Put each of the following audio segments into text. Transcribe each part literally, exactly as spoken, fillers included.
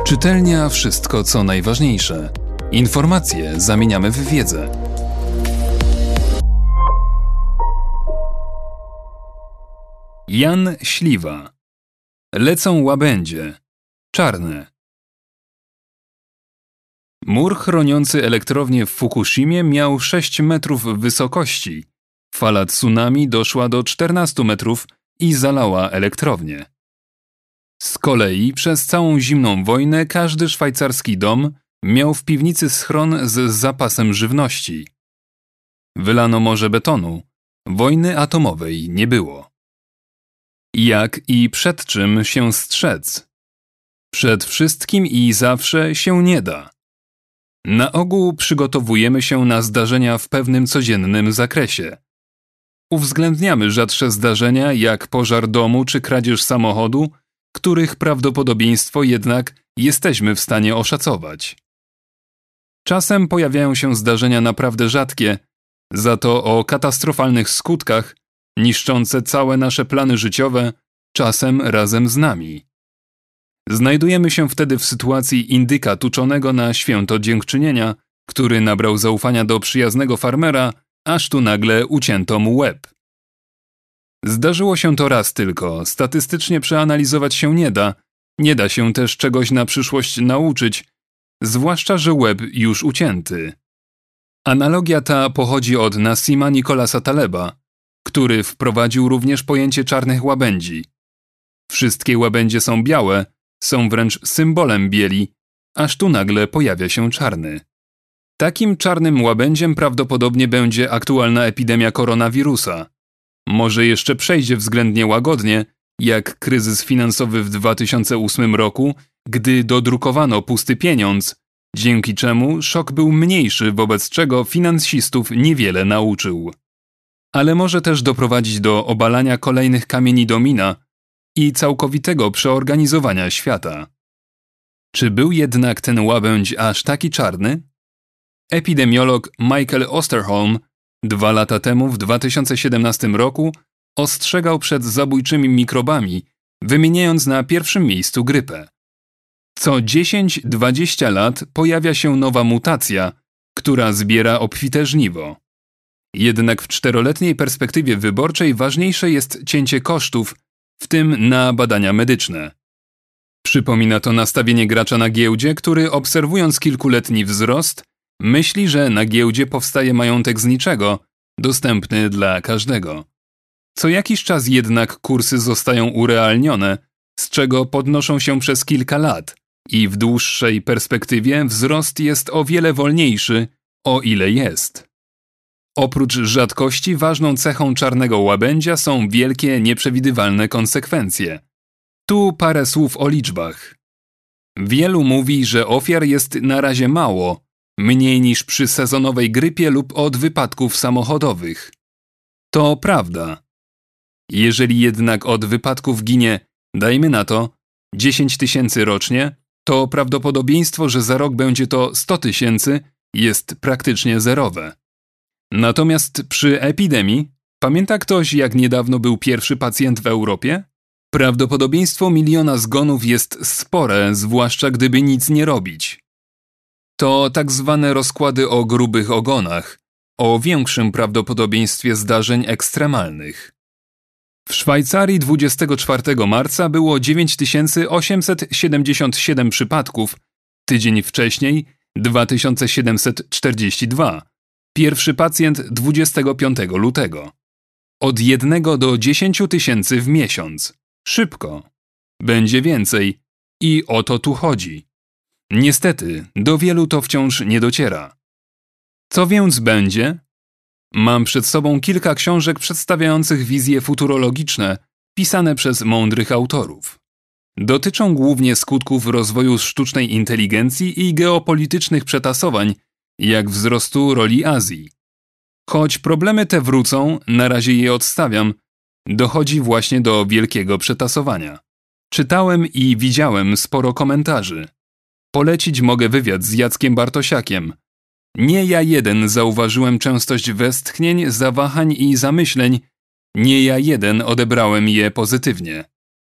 Czytelnia wszystko, co najważniejsze. Informacje zamieniamy w wiedzę. Jan Śliwa. Lecą łabędzie. Czarne. Mur chroniący elektrownię w Fukushimie miał sześć metrów wysokości. Fala tsunami doszła do czternastu metrów i zalała elektrownię. Z kolei przez całą zimną wojnę każdy szwajcarski dom miał w piwnicy schron z zapasem żywności. Wylano morze betonu. Wojny atomowej nie było. Jak i przed czym się strzec? Przed wszystkim i zawsze się nie da. Na ogół przygotowujemy się na zdarzenia w pewnym codziennym zakresie. Uwzględniamy rzadsze zdarzenia jak pożar domu czy kradzież samochodu, których prawdopodobieństwo jednak jesteśmy w stanie oszacować. Czasem pojawiają się zdarzenia naprawdę rzadkie, za to o katastrofalnych skutkach, niszczące całe nasze plany życiowe, czasem razem z nami. Znajdujemy się wtedy w sytuacji indyka tuczonego na święto dziękczynienia, który nabrał zaufania do przyjaznego farmera, aż tu nagle ucięto mu łeb. Zdarzyło się to raz tylko, statystycznie przeanalizować się nie da, nie da się też czegoś na przyszłość nauczyć, zwłaszcza że łeb już ucięty. Analogia ta pochodzi od Nassima Nicolasa Taleba, który wprowadził również pojęcie czarnych łabędzi. Wszystkie łabędzie są białe, są wręcz symbolem bieli, aż tu nagle pojawia się czarny. Takim czarnym łabędziem prawdopodobnie będzie aktualna epidemia koronawirusa. Może jeszcze przejdzie względnie łagodnie, jak kryzys finansowy w dwa tysiące ósmym roku, gdy dodrukowano pusty pieniądz, dzięki czemu szok był mniejszy, wobec czego finansistów niewiele nauczył. Ale może też doprowadzić do obalania kolejnych kamieni domina i całkowitego przeorganizowania świata. Czy był jednak ten łabędź aż taki czarny? Epidemiolog Michael Osterholm dwa lata temu, w dwa tysiące siedemnastym roku, ostrzegał przed zabójczymi mikrobami, wymieniając na pierwszym miejscu grypę. Co dziesięć do dwudziestu lat pojawia się nowa mutacja, która zbiera obfite żniwo. Jednak w czteroletniej perspektywie wyborczej ważniejsze jest cięcie kosztów, w tym na badania medyczne. Przypomina to nastawienie gracza na giełdzie, który obserwując kilkuletni wzrost, myśli, że na giełdzie powstaje majątek z niczego, dostępny dla każdego. Co jakiś czas jednak kursy zostają urealnione, z czego podnoszą się przez kilka lat i w dłuższej perspektywie wzrost jest o wiele wolniejszy, o ile jest. Oprócz rzadkości ważną cechą czarnego łabędzia są wielkie, nieprzewidywalne konsekwencje. Tu parę słów o liczbach. Wielu mówi, że ofiar jest na razie mało, mniej niż przy sezonowej grypie lub od wypadków samochodowych. To prawda. Jeżeli jednak od wypadków ginie, dajmy na to, dziesięć tysięcy rocznie, to prawdopodobieństwo, że za rok będzie to sto tysięcy, jest praktycznie zerowe. Natomiast przy epidemii, pamięta ktoś, jak niedawno był pierwszy pacjent w Europie? Prawdopodobieństwo miliona zgonów jest spore, zwłaszcza gdyby nic nie robić. To tak zwane rozkłady o grubych ogonach, o większym prawdopodobieństwie zdarzeń ekstremalnych. W Szwajcarii dwudziestego czwartego marca było dziewięć tysięcy osiemset siedemdziesiąt siedem przypadków, tydzień wcześniej dwa tysiące siedemset czterdzieści dwa, pierwszy pacjent dwudziestego piątego lutego. Od jednego do dziesięciu tysięcy w miesiąc. Szybko. Będzie więcej i o to tu chodzi. Niestety, do wielu to wciąż nie dociera. Co więc będzie? Mam przed sobą kilka książek przedstawiających wizje futurologiczne, pisane przez mądrych autorów. Dotyczą głównie skutków rozwoju sztucznej inteligencji i geopolitycznych przetasowań, jak wzrostu roli Azji. Choć problemy te wrócą, na razie je odstawiam, dochodzi właśnie do wielkiego przetasowania. Czytałem i widziałem sporo komentarzy. Polecić mogę wywiad z Jackiem Bartosiakiem. Nie ja jeden zauważyłem częstość westchnień, zawahań i zamyśleń, nie ja jeden odebrałem je pozytywnie.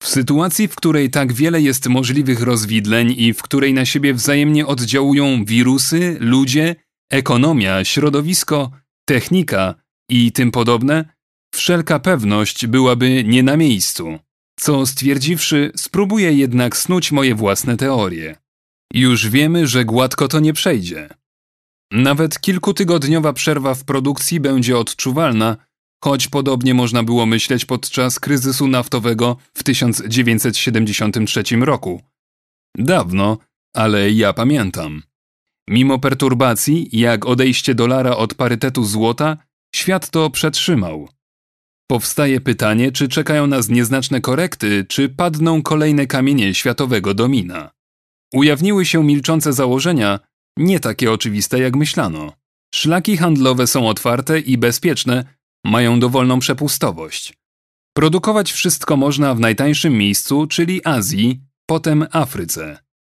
W sytuacji, w której tak wiele jest możliwych rozwidleń i w której na siebie wzajemnie oddziałują wirusy, ludzie, ekonomia, środowisko, technika i tym podobne, wszelka pewność byłaby nie na miejscu. Co stwierdziwszy, spróbuję jednak snuć moje własne teorie. Już wiemy, że gładko to nie przejdzie. Nawet kilkutygodniowa przerwa w produkcji będzie odczuwalna, choć podobnie można było myśleć podczas kryzysu naftowego w tysiąc dziewięćset siedemdziesiątym trzecim roku. Dawno, ale ja pamiętam. Mimo perturbacji, jak odejście dolara od parytetu złota, świat to przetrzymał. Powstaje pytanie, czy czekają nas nieznaczne korekty, czy padną kolejne kamienie światowego domina. Ujawniły się milczące założenia, nie takie oczywiste jak myślano. Szlaki handlowe są otwarte i bezpieczne, mają dowolną przepustowość. Produkować wszystko można w najtańszym miejscu, czyli Azji, potem Afryce.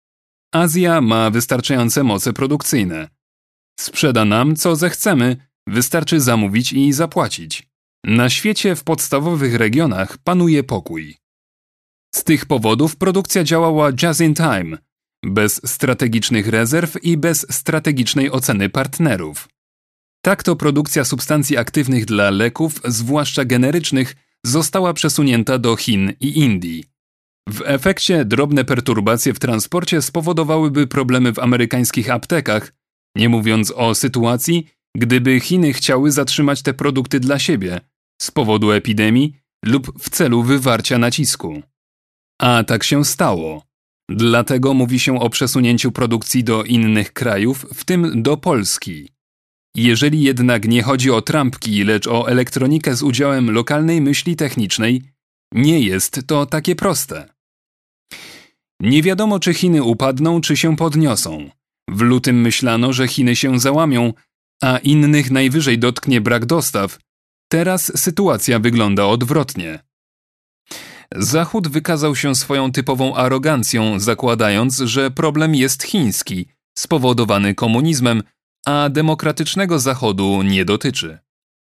Azja ma wystarczające moce produkcyjne. Sprzeda nam, co zechcemy, wystarczy zamówić i zapłacić. Na świecie w podstawowych regionach panuje pokój. Z tych powodów produkcja działała just in time, bez strategicznych rezerw i bez strategicznej oceny partnerów. Tak to produkcja substancji aktywnych dla leków, zwłaszcza generycznych, została przesunięta do Chin i Indii. W efekcie drobne perturbacje w transporcie spowodowałyby problemy w amerykańskich aptekach, nie mówiąc o sytuacji, gdyby Chiny chciały zatrzymać te produkty dla siebie z powodu epidemii lub w celu wywarcia nacisku. A tak się stało. Dlatego mówi się o przesunięciu produkcji do innych krajów, w tym do Polski. Jeżeli jednak nie chodzi o trampki, lecz o elektronikę z udziałem lokalnej myśli technicznej, nie jest to takie proste. Nie wiadomo, czy Chiny upadną, czy się podniosą. W lutym myślano, że Chiny się załamią, a innych najwyżej dotknie brak dostaw. Teraz sytuacja wygląda odwrotnie. Zachód wykazał się swoją typową arogancją, zakładając, że problem jest chiński, spowodowany komunizmem, a demokratycznego Zachodu nie dotyczy.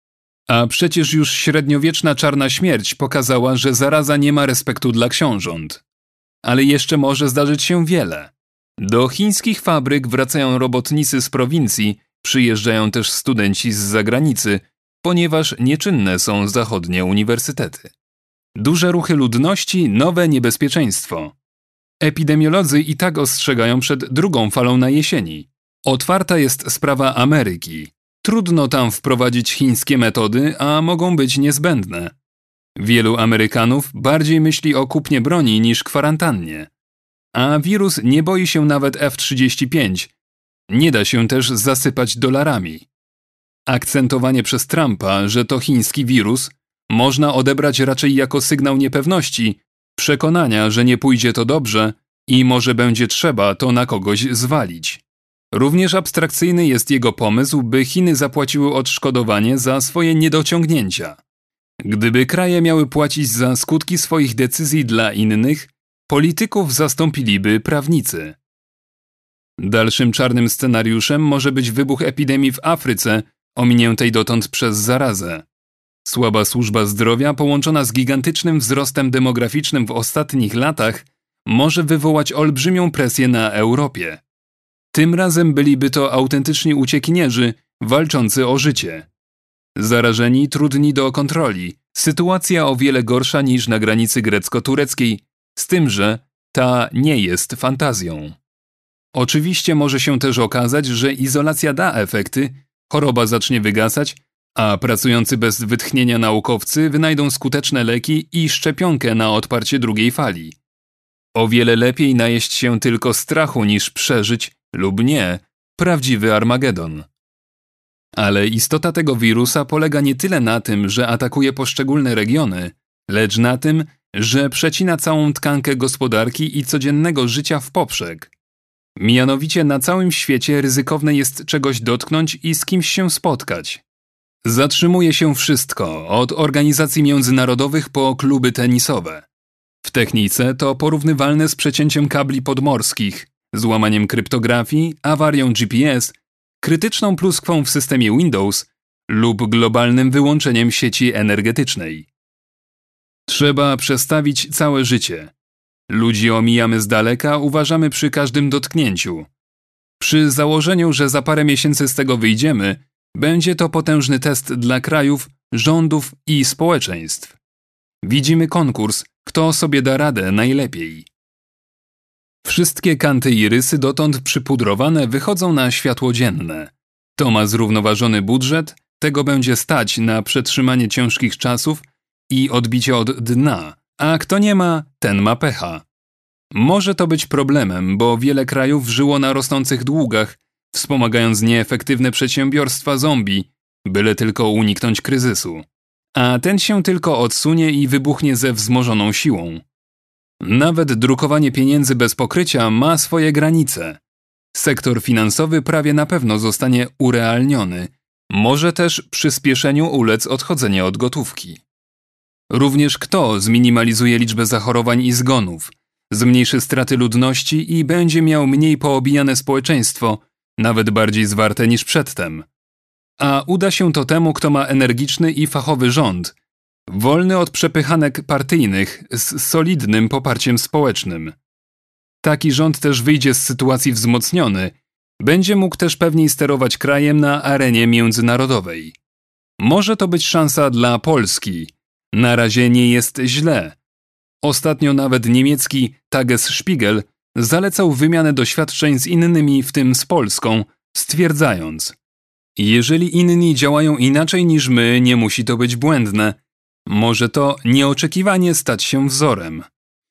A przecież już średniowieczna czarna śmierć pokazała, że zaraza nie ma respektu dla książąt. Ale jeszcze może zdarzyć się wiele. Do chińskich fabryk wracają robotnicy z prowincji, przyjeżdżają też studenci z zagranicy, ponieważ nieczynne są zachodnie uniwersytety. Duże ruchy ludności, nowe niebezpieczeństwo. Epidemiolodzy i tak ostrzegają przed drugą falą na jesieni. Otwarta jest sprawa Ameryki. Trudno tam wprowadzić chińskie metody, a mogą być niezbędne. Wielu Amerykanów bardziej myśli o kupnie broni niż kwarantannie. A wirus nie boi się nawet F trzydzieści pięć. Nie da się też zasypać dolarami. Akcentowanie przez Trumpa, że to chiński wirus, można odebrać raczej jako sygnał niepewności, przekonania, że nie pójdzie to dobrze i może będzie trzeba to na kogoś zwalić. Również abstrakcyjny jest jego pomysł, by Chiny zapłaciły odszkodowanie za swoje niedociągnięcia. Gdyby kraje miały płacić za skutki swoich decyzji dla innych, polityków zastąpiliby prawnicy. Dalszym czarnym scenariuszem może być wybuch epidemii w Afryce, ominiętej dotąd przez zarazę. Słaba służba zdrowia połączona z gigantycznym wzrostem demograficznym w ostatnich latach może wywołać olbrzymią presję na Europie. Tym razem byliby to autentyczni uciekinierzy walczący o życie. Zarażeni trudni do kontroli, sytuacja o wiele gorsza niż na granicy grecko-tureckiej, z tym, że ta nie jest fantazją. Oczywiście może się też okazać, że izolacja da efekty, choroba zacznie wygasać, a pracujący bez wytchnienia naukowcy wynajdą skuteczne leki i szczepionkę na odparcie drugiej fali. O wiele lepiej najeść się tylko strachu niż przeżyć, lub nie, prawdziwy Armagedon. Ale istota tego wirusa polega nie tyle na tym, że atakuje poszczególne regiony, lecz na tym, że przecina całą tkankę gospodarki i codziennego życia w poprzek. Mianowicie na całym świecie ryzykowne jest czegoś dotknąć i z kimś się spotkać. Zatrzymuje się wszystko, od organizacji międzynarodowych po kluby tenisowe. W technice to porównywalne z przecięciem kabli podmorskich, złamaniem kryptografii, awarią G P S, krytyczną pluskwą w systemie Windows lub globalnym wyłączeniem sieci energetycznej. Trzeba przestawić całe życie. Ludzi omijamy z daleka, uważamy przy każdym dotknięciu. Przy założeniu, że za parę miesięcy z tego wyjdziemy, będzie to potężny test dla krajów, rządów i społeczeństw. Widzimy konkurs, kto sobie da radę najlepiej. Wszystkie kanty i rysy dotąd przypudrowane wychodzą na światło dzienne. To ma zrównoważony budżet, tego będzie stać na przetrzymanie ciężkich czasów i odbicie od dna, a kto nie ma, ten ma pecha. Może to być problemem, bo wiele krajów żyło na rosnących długach, wspomagając nieefektywne przedsiębiorstwa zombie, byle tylko uniknąć kryzysu. A ten się tylko odsunie i wybuchnie ze wzmożoną siłą. Nawet drukowanie pieniędzy bez pokrycia ma swoje granice. Sektor finansowy prawie na pewno zostanie urealniony. Może też przyspieszeniu ulec odchodzenie od gotówki. Również kto zminimalizuje liczbę zachorowań i zgonów, zmniejszy straty ludności i będzie miał mniej poobijane społeczeństwo, nawet bardziej zwarte niż przedtem. A uda się to temu, kto ma energiczny i fachowy rząd, wolny od przepychanek partyjnych, z solidnym poparciem społecznym. Taki rząd też wyjdzie z sytuacji wzmocniony, będzie mógł też pewniej sterować krajem na arenie międzynarodowej. Może to być szansa dla Polski. Na razie nie jest źle. Ostatnio nawet niemiecki Tagesspiegel zalecał wymianę doświadczeń z innymi, w tym z Polską, stwierdzając: jeżeli inni działają inaczej niż my, nie musi to być błędne. Może to nieoczekiwanie stać się wzorem.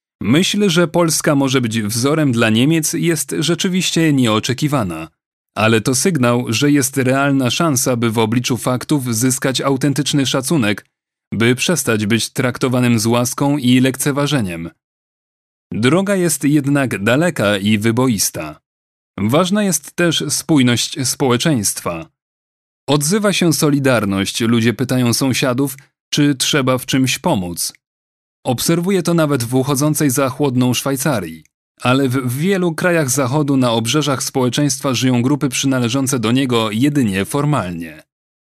Myśl, że Polska może być wzorem dla Niemiec, jest rzeczywiście nieoczekiwana, ale to sygnał, że jest realna szansa, by w obliczu faktów zyskać autentyczny szacunek, by przestać być traktowanym z łaską i lekceważeniem. Droga jest jednak daleka i wyboista. Ważna jest też spójność społeczeństwa. Odzywa się solidarność, ludzie pytają sąsiadów, czy trzeba w czymś pomóc. Obserwuję to nawet w uchodzącej za chłodną Szwajcarii, ale w wielu krajach Zachodu na obrzeżach społeczeństwa żyją grupy przynależące do niego jedynie formalnie.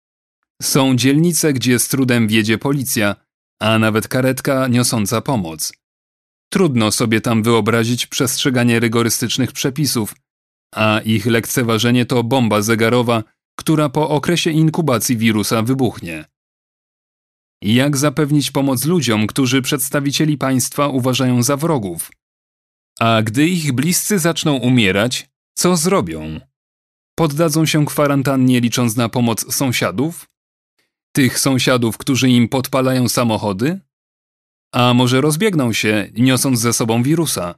Są dzielnice, gdzie z trudem wjedzie policja, a nawet karetka niosąca pomoc. Trudno sobie tam wyobrazić przestrzeganie rygorystycznych przepisów, a ich lekceważenie to bomba zegarowa, która po okresie inkubacji wirusa wybuchnie. Jak zapewnić pomoc ludziom, którzy przedstawicieli państwa uważają za wrogów? A gdy ich bliscy zaczną umierać, co zrobią? Poddadzą się kwarantannie, licząc na pomoc sąsiadów? Tych sąsiadów, którzy im podpalają samochody? A może rozbiegną się, niosąc ze sobą wirusa?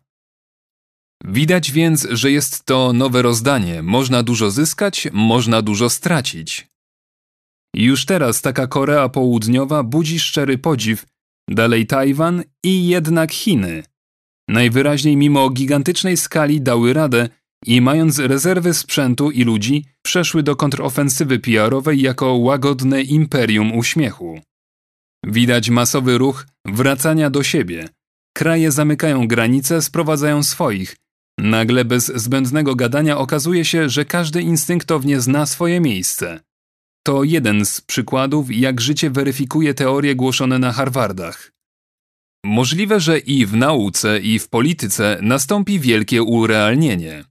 Widać więc, że jest to nowe rozdanie. Można dużo zyskać, można dużo stracić. Już teraz taka Korea Południowa budzi szczery podziw, dalej Tajwan i jednak Chiny. Najwyraźniej mimo gigantycznej skali dały radę i mając rezerwy sprzętu i ludzi, przeszły do kontrofensywy P R-owej jako łagodne imperium uśmiechu. Widać masowy ruch wracania do siebie. Kraje zamykają granice, sprowadzają swoich. Nagle bez zbędnego gadania okazuje się, że każdy instynktownie zna swoje miejsce. To jeden z przykładów, jak życie weryfikuje teorie głoszone na Harvardach. Możliwe, że i w nauce, i w polityce nastąpi wielkie urealnienie.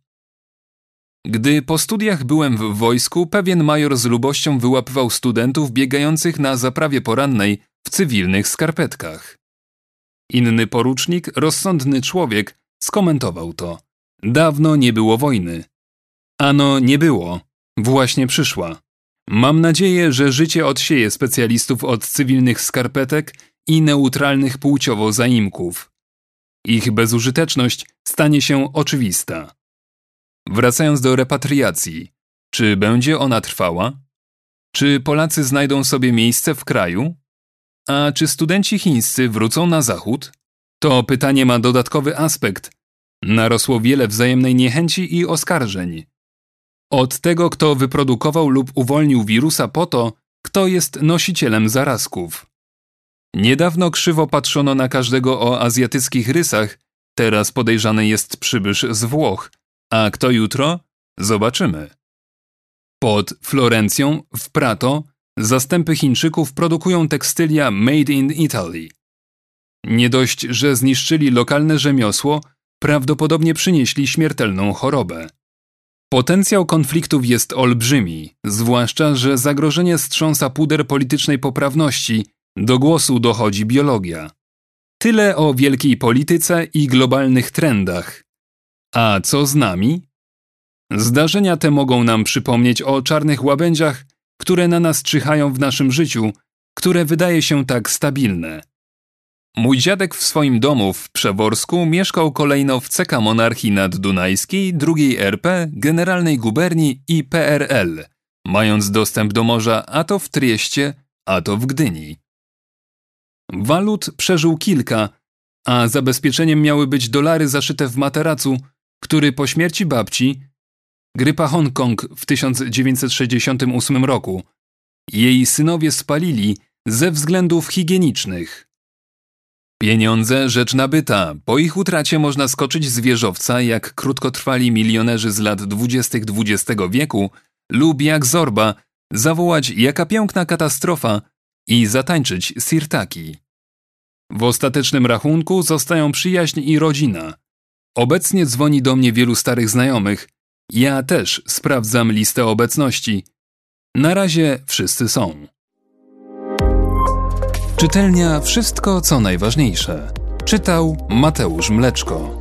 Gdy po studiach byłem w wojsku, pewien major z lubością wyłapywał studentów biegających na zaprawie porannej w cywilnych skarpetkach. Inny porucznik, rozsądny człowiek, skomentował to. Dawno nie było wojny. Ano nie było. Właśnie przyszła. Mam nadzieję, że życie odsieje specjalistów od cywilnych skarpetek i neutralnych płciowo zaimków. Ich bezużyteczność stanie się oczywista. Wracając do repatriacji, czy będzie ona trwała? Czy Polacy znajdą sobie miejsce w kraju? A czy studenci chińscy wrócą na zachód? To pytanie ma dodatkowy aspekt. Narosło wiele wzajemnej niechęci i oskarżeń. Od tego, kto wyprodukował lub uwolnił wirusa, po to, kto jest nosicielem zarazków. Niedawno krzywo patrzono na każdego o azjatyckich rysach, teraz podejrzany jest przybysz z Włoch. A kto jutro? Zobaczymy. Pod Florencją, w Prato, zastępy Chińczyków produkują tekstylia Made in Italy. Nie dość, że zniszczyli lokalne rzemiosło, prawdopodobnie przynieśli śmiertelną chorobę. Potencjał konfliktów jest olbrzymi, zwłaszcza, że zagrożenie strząsa puder politycznej poprawności, do głosu dochodzi biologia. Tyle o wielkiej polityce i globalnych trendach. A co z nami? Zdarzenia te mogą nam przypomnieć o czarnych łabędziach, które na nas czyhają w naszym życiu, które wydaje się tak stabilne. Mój dziadek w swoim domu w Przeworsku mieszkał kolejno w C K Monarchii Naddunajskiej, drugiej R P, Generalnej Guberni i P R L, mając dostęp do morza a to w Trieście, a to w Gdyni. Walut przeżył kilka, a zabezpieczeniem miały być dolary zaszyte w materacu, który po śmierci babci, grypa Hongkong w tysiąc dziewięćset sześćdziesiątym ósmym roku, jej synowie spalili ze względów higienicznych. Pieniądze rzecz nabyta, po ich utracie można skoczyć z wieżowca jak krótkotrwali milionerzy z lat dwudziestych dwudziestego wieku lub jak Zorba zawołać jaka piękna katastrofa i zatańczyć sirtaki. W ostatecznym rachunku zostają przyjaźń i rodzina. Obecnie dzwoni do mnie wielu starych znajomych. Ja też sprawdzam listę obecności. Na razie wszyscy są. Czytelnia Wszystko co najważniejsze. Czytał Mateusz Mleczko.